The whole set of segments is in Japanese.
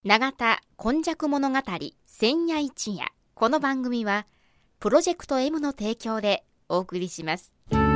永田今昔物語千夜一夜。この番組はプロジェクト M の提供でお送りします。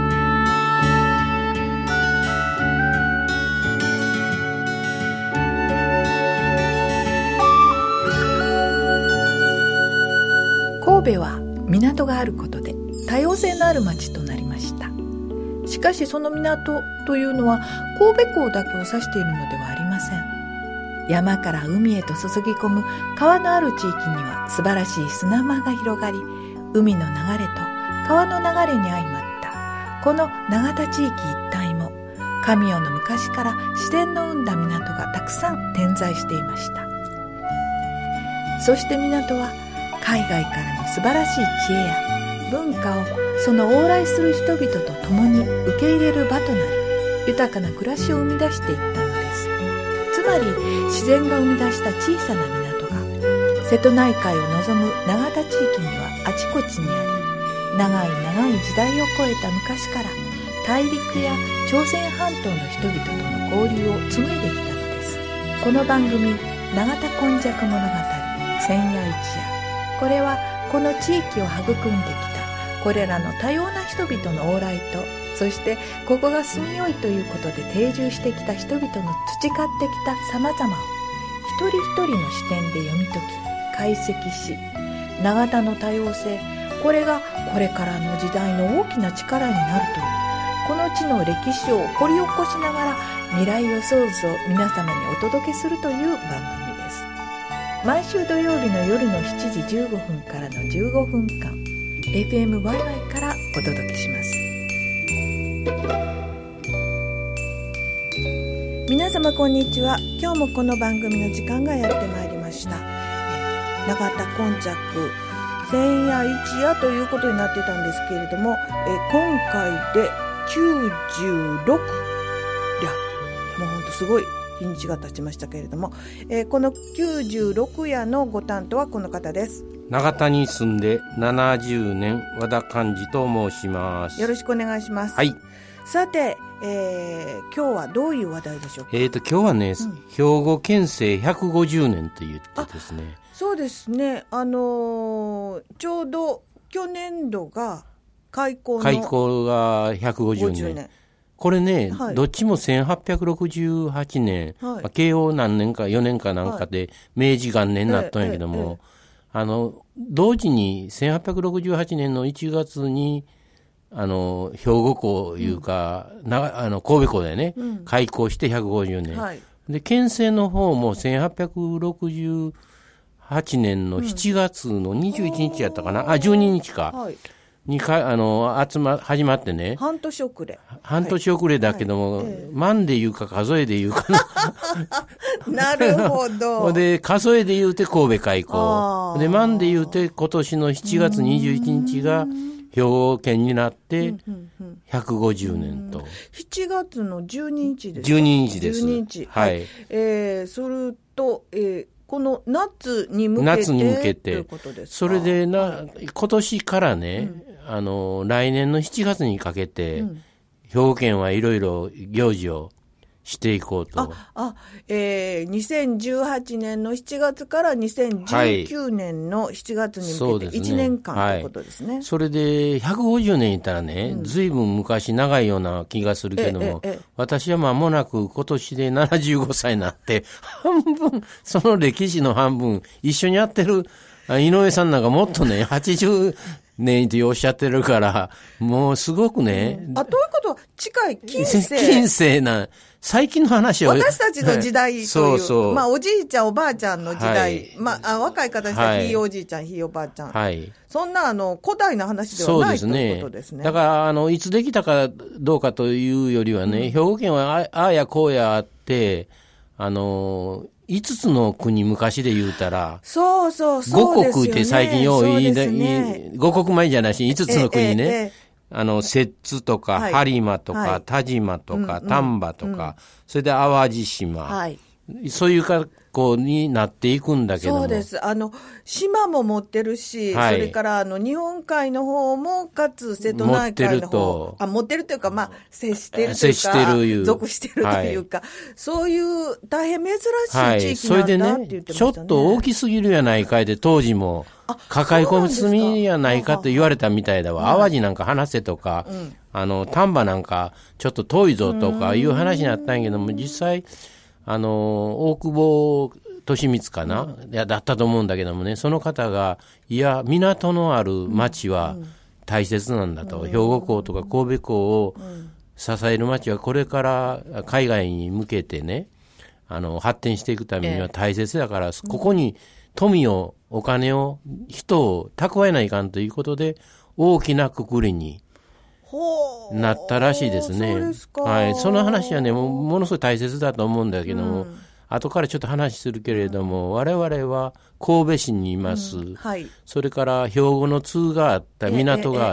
神戸は港があることで多様性のある町となりました。しかしその港というのは神戸港だけを指しているのではありません。山から海へと注ぎ込む川のある地域には素晴らしい砂間が広がり、海の流れと川の流れに相まったこの永田地域一帯も神代の昔から自然の生んだ港がたくさん点在していました。そして港は海外からの素晴らしい知恵や文化をその往来する人々と共に受け入れる場となり、豊かな暮らしを生み出していったのです。つまり自然が生み出した小さな港が瀬戸内海を望む永田地域にはあちこちにあり、長い長い時代を超えた昔から大陸や朝鮮半島の人々との交流を紡いできたのです。この番組永田今昔物語千夜一夜、これはこの地域を育んできたこれらの多様な人々の往来と、そしてここが住みよいということで定住してきた人々の培ってきた様々を一人一人の視点で読み解き解析し、永田の多様性、これがこれからの時代の大きな力になるというこの地の歴史を掘り起こしながら未来予想図を皆様にお届けするという番組です。毎週土曜日の夜の7時15分からの15分間 FMYY からお届けします。皆様こんにちは。今日もこの番組の時間がやってまいりました。永田今昔千夜一夜ということになってたんですけれども、今回で96夜、もうほんとすごい日にちが経ちましたけれども、この96夜のご担当はこの方です。 永田に住んで70年和田寛治と申します。 よろしくお願いします。 はい。 さて、今日はどういう話題でしょうか。 今日はね、兵庫県政150年と言ってですね。 そうですね、ちょうど去年度が開校が150年。これね、はい、どっちも1868年、はい、慶応何年か4年かなんかで明治元年になったんやけども、同時に1868年の1月に兵庫港いうか、神戸港でね、開港して150年、はい、で県政の方も1868年の7月の21日やったかな、12日か、はい、に始まってね、 半年遅れだけども、はい、万で言うか数えで言うかなるほど。 で数えで言うて神戸開港で、万で言うて今年の7月21日が兵庫県になって150年と。 7月の12日です。 12日です。 12日。 はい。 それと、この夏に向けてということですか。 それで今年からね、来年の7月にかけて、兵庫県はいろいろ行事をしていこうと。 2018年の7月から2019年の7月に向けて1年間ということですね。 それで150年いったらね、ずいぶん昔長いような気がするけども、私は間もなく今年で75歳になって、半分、その歴史の半分、一緒にやってる井上さんなんかもっとね、80年っておっしゃってるから、もうすごくね。 ということは近い近世な、最近の話を。 私たちの時代という。 そうそう。 おじいちゃんおばあちゃんの時代。はい、若い方にしたらひいおじいちゃん、ひいおばあちゃん。はい。そんな古代の話ではないということですね。 だからいつできたかどうかというよりはね、兵庫県はああやこうやあって、5つの国昔で言うたら、 そう 5国って最近5国前じゃないし、5つの国ね。摂津とか、播磨とか、田島とか、丹波とか、それで淡路島。 そういう格好になっていくんだけども。 そうです。島も持ってるし、 はい、 それから日本海の方も、かつ瀬戸内海の方。持ってるというか、まあ、接してるというか、属してるというか、はい、そういう大変珍しい地域なんだって言ってましたね。 ちょっと大きすぎるやないかいで、当時も、抱え込み済みやないかと言われたみたいだわ。淡路なんか話せとか、丹波なんかちょっと遠いぞとかいう話になったんやけども、実際、大久保利光かな、だったと思うんだけどもね、その方が、いや、港のある町は大切なんだと、兵庫港とか神戸港を支える町はこれから海外に向けてね、発展していくためには大切だから、ここに富を、お金を、人を蓄えないかんということで、大きな括りになったらしいですね。はい。その話はね、ものすごい大切だと思うんだけども、後からちょっと話するけれども、我々は神戸市にいます。はい、それから兵庫の通があった、港があって、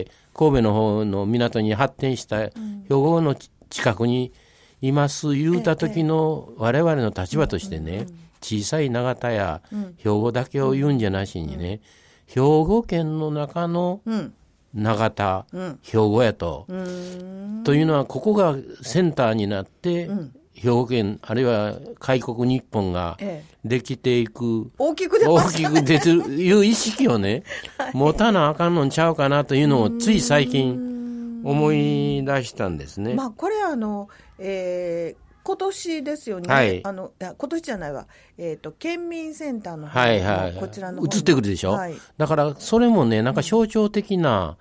神戸の方の港に発展した兵庫の近くにいます言うた時の我々の立場としてね、小さい長田や兵庫だけを言うんじゃなしにね、兵庫県の中の長田、兵庫やと、というのはここがセンターになって、兵庫県あるいは開国日本ができていく、 大きく出ますかね、 大きく出てるいう意識をね、持たなあかんのんちゃうかなというのをつい最近思い出したんですね。 まあこれ今年ですよね。はい、今年じゃないわ。県民センターの方のこちらの方移ってくるでしょ。はい、だからそれもね、なんか象徴的な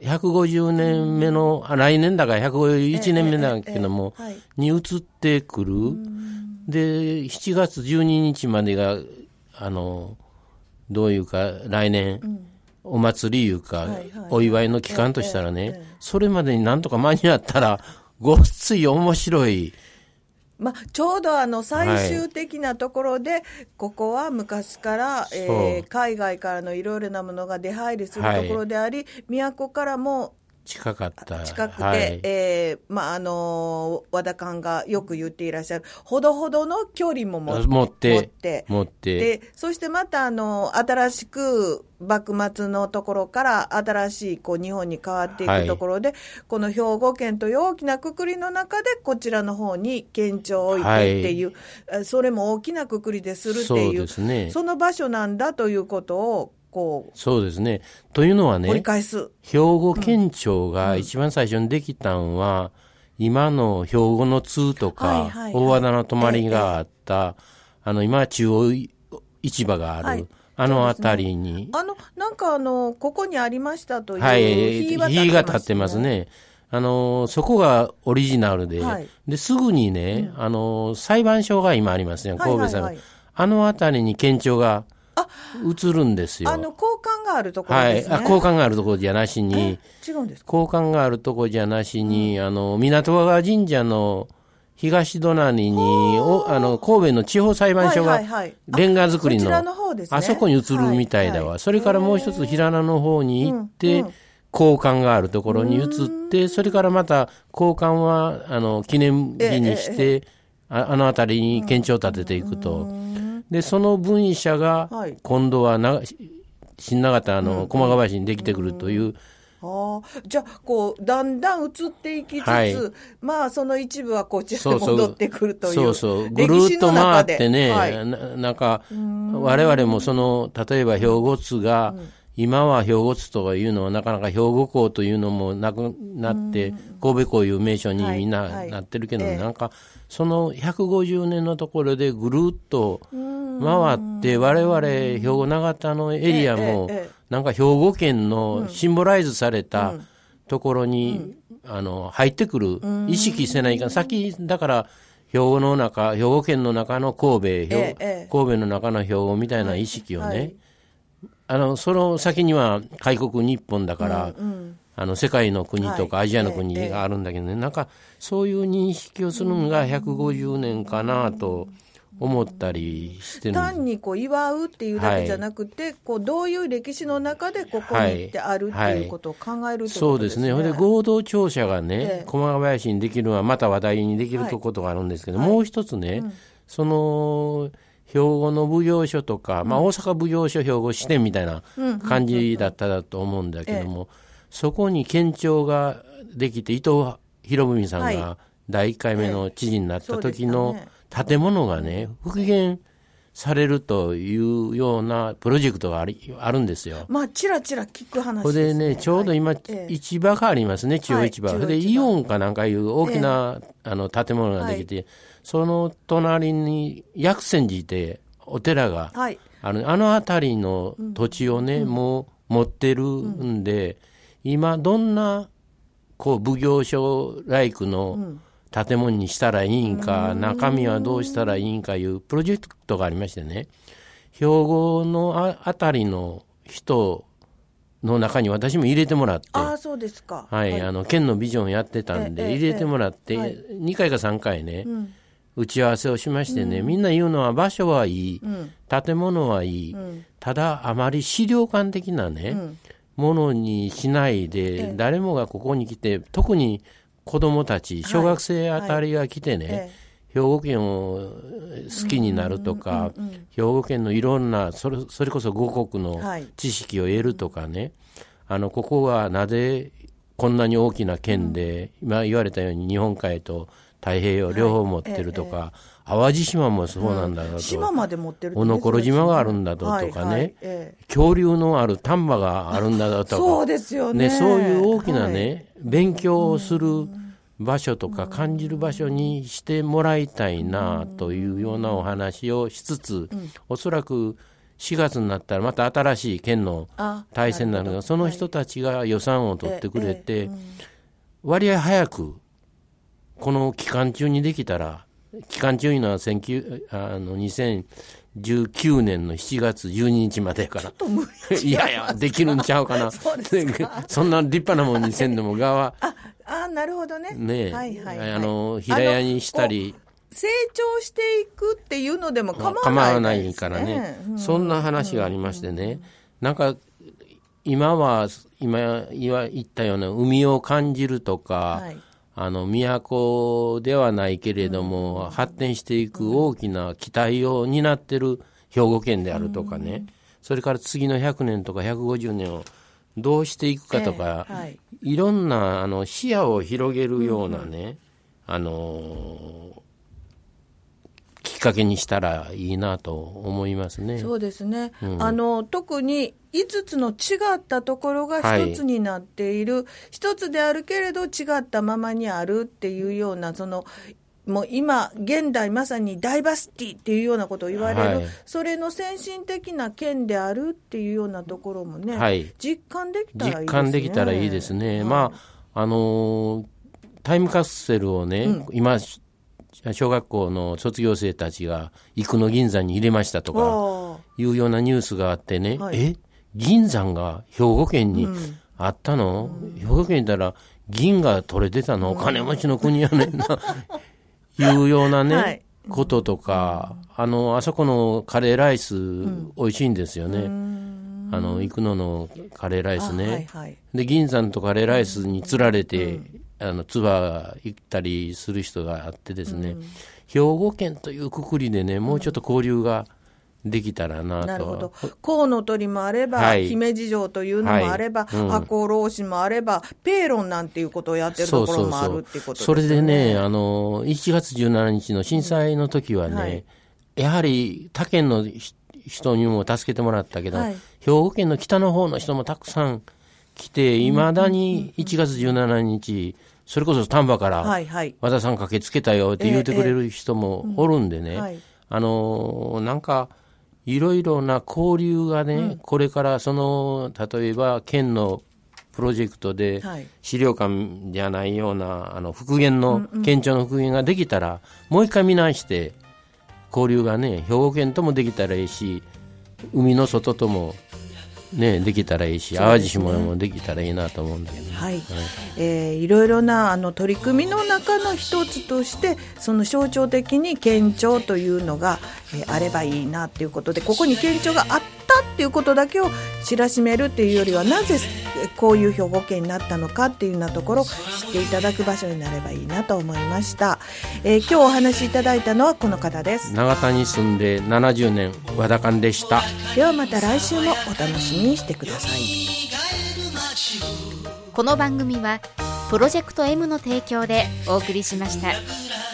150年目の、来年だから151年目だけども、に移ってくる。で、7月12日までが、どういうか来年、お祭りいうか、お祝いの期間としたらね、それまでになんとか間に合ったら、ごっつい面白い。 まあ、ちょうど最終的なところで、ここは昔から、海外からのいろいろなものが出入りするところであり、都からも近くて、和田官がよく言っていらっしゃる、ほどほどの距離も持って、で、そしてまた新しく幕末のところから新しい日本に変わっていくところで、この兵庫県という大きな括りの中でこちらの方に県庁を置いてっていう、それも大きな括りでするっていう、その場所なんだということをそうですね。というのはね、 折り返す。 兵庫県庁が一番最初にできたんは、今の兵庫の通とか、大和田の泊まりがあった、今中央市場がある、あたりに。 なんかここにありましたという、 碑が立ってますね。そこがオリジナルで、で、すぐにね、裁判所が今ありますね、神戸裁判。あたりに県庁が、映るんですよ。 交換があるところですね。 交換があるところじゃなしに、 違うんですか？ 交換があるところじゃなしに、港川神社の東隣に、神戸の地方裁判所が、レンガ造りの、あそこに映るみたいだわ。それからもう一つ平野の方に行って、交換があるところに移って、それからまた交換は、記念日にして、辺りに県庁を建てていくと。で、その分社が、今度は新長田駒ヶ橋にできてくるという。 じゃあ、だんだん移っていきつつ、まあ、その一部はこちらに戻ってくるという。 そうそう。ぐるっと回ってね、なんか、我々も例えば兵庫津が、今は兵庫津とかいうのはなかなか兵庫港というのもなくなって、神戸港いう名所にみんななってるけど、なんか、その150年のところでぐるっと回って、我々兵庫長田のエリアも、なんか兵庫県のシンボライズされたところに、入ってくる、意識せないか。さっき、だから、兵庫県の中の神戸の中の兵庫みたいな意識をね、その先には開国日本だから、世界の国とかアジアの国があるんだけどね、なんかそういう認識をするのが150年かなと思ったりしてるんです。 単に祝うっていうだけじゃなくて、どういう歴史の中でここにってあるっていうことを考えるってことですね。 そうですね。合同庁舎がね、駒ヶ林にできるのはまた話題にできるとことがあるんですけど、もう一つね、 その兵庫の奉行所とか、大阪奉行所兵庫支店みたいな感じだったと思うんだけども、そこに県庁ができて、伊藤博文さんが第1回目の知事になった時の建物がね、復元されるというようなプロジェクトがあるんですよ。 ちらちら聞く話ですね。それでね、ちょうど今、市場がありますね、中央市場。それでイオンかなんかいう大きな、建物ができて、その隣に薬泉寺ってお寺が、あの辺りの土地をね、もう持ってるんで、今どんな奉行所ライクの建物にしたらいいんか、中身はどうしたらいいんかいうプロジェクトがありましてね、兵庫のあたりの人の中に私も入れてもらって、 そうですか。 県のビジョンやってたんで入れてもらって、2回か3回ね、打ち合わせをしましてね、みんな言うのは場所はいい、建物はいい、ただあまり資料館的なね、ものにしないで、誰もがここに来て、特に子供たち、小学生あたりが来てね、兵庫県を好きになるとか、兵庫県のいろんなそれこそ五国の知識を得るとかね、ここはなぜこんなに大きな県で、今言われたように日本海と太平洋両方持ってるとか、淡路島もそうなんだと、 島まで持ってる小野こ島があるんだとかね、恐竜のある丹波があるんだとか、 そうですよね。 そういう大きなね、勉強をする場所とか感じる場所にしてもらいたいなというようなお話をしつつ、おそらく4月になったらまた新しい県の対戦になるが、その人たちが予算を取ってくれて、割合早くこの期間中にできたら、期間中には2019年の7月12日までやから、 ちょっと無理。 いやできるんちゃうかな。 そうですか。 そんな立派なもんにせんでも側なるほどね。 平屋にしたり成長していくっていうのでも構わないからね、そんな話がありましてね、なんか今言ったような海を感じるとか、都ではないけれども、発展していく大きな期待を担ってる兵庫県であるとかね、それから次の100年とか150年をどうしていくかとか、いろんな視野を広げるようなね、きっかけにしたらいいなと思いますね。 そうですね、特に5つの違ったところが1つになっている、1つであるけれど違ったままにあるっていうような、もう今現代まさにダイバーシティっていうようなことを言われる、それの先進的な県であるっていうようなところもね、実感できたらいいですね。 実感できたらいいですね。タイムカプセルをね、今小学校の卒業生たちが生野銀山に入れましたとかいうようなニュースがあってね、銀山が兵庫県にあったの、兵庫県にいたら銀が取れてたの、お金持ちの国やねんないうようなね、こととか、あそこのカレーライス、美味しいんですよね。生野のカレーライスね。で、銀山とカレーライスに釣られて、ツアー行ったりする人があってですね、兵庫県というくくりでね、もうちょっと交流ができたらなと。 なるほど。コウノトリもあれば、姫路城というのもあれば、赤穂浪士もあれば、ペーロンなんていうことをやってるところもあるっていうことですね。 それでね、1月17日の震災の時はね、やはり他県の人にも助けてもらったけど、兵庫県の北の方の人もたくさん来て、いまだに1月17日、それこそ丹波から和田さん駆けつけたよって言うてくれる人もおるんでね、なんかいろいろな交流がね、これから例えば県のプロジェクトで資料館じゃないような復元の県庁の復元ができたら、もう一回見直して交流がね、兵庫県ともできたらいいし、海の外ともね、できたらいいし、淡路島もできたらいいなと思うんだけど、 いろいろな取り組みの中の一つとして、その象徴的に県庁というのが、あればいいなということで、ここに県庁があったっていうことだけを知らしめるっていうよりは、なぜこういう兵庫県になったのかっていうようなところを知っていただく場所になればいいなと思いました。今日お話しいただいたのはこの方です。 長田に住んで70年和田勘でした。 ではまた来週もお楽しみにしてください。 この番組はプロジェクト M の提供でお送りしました。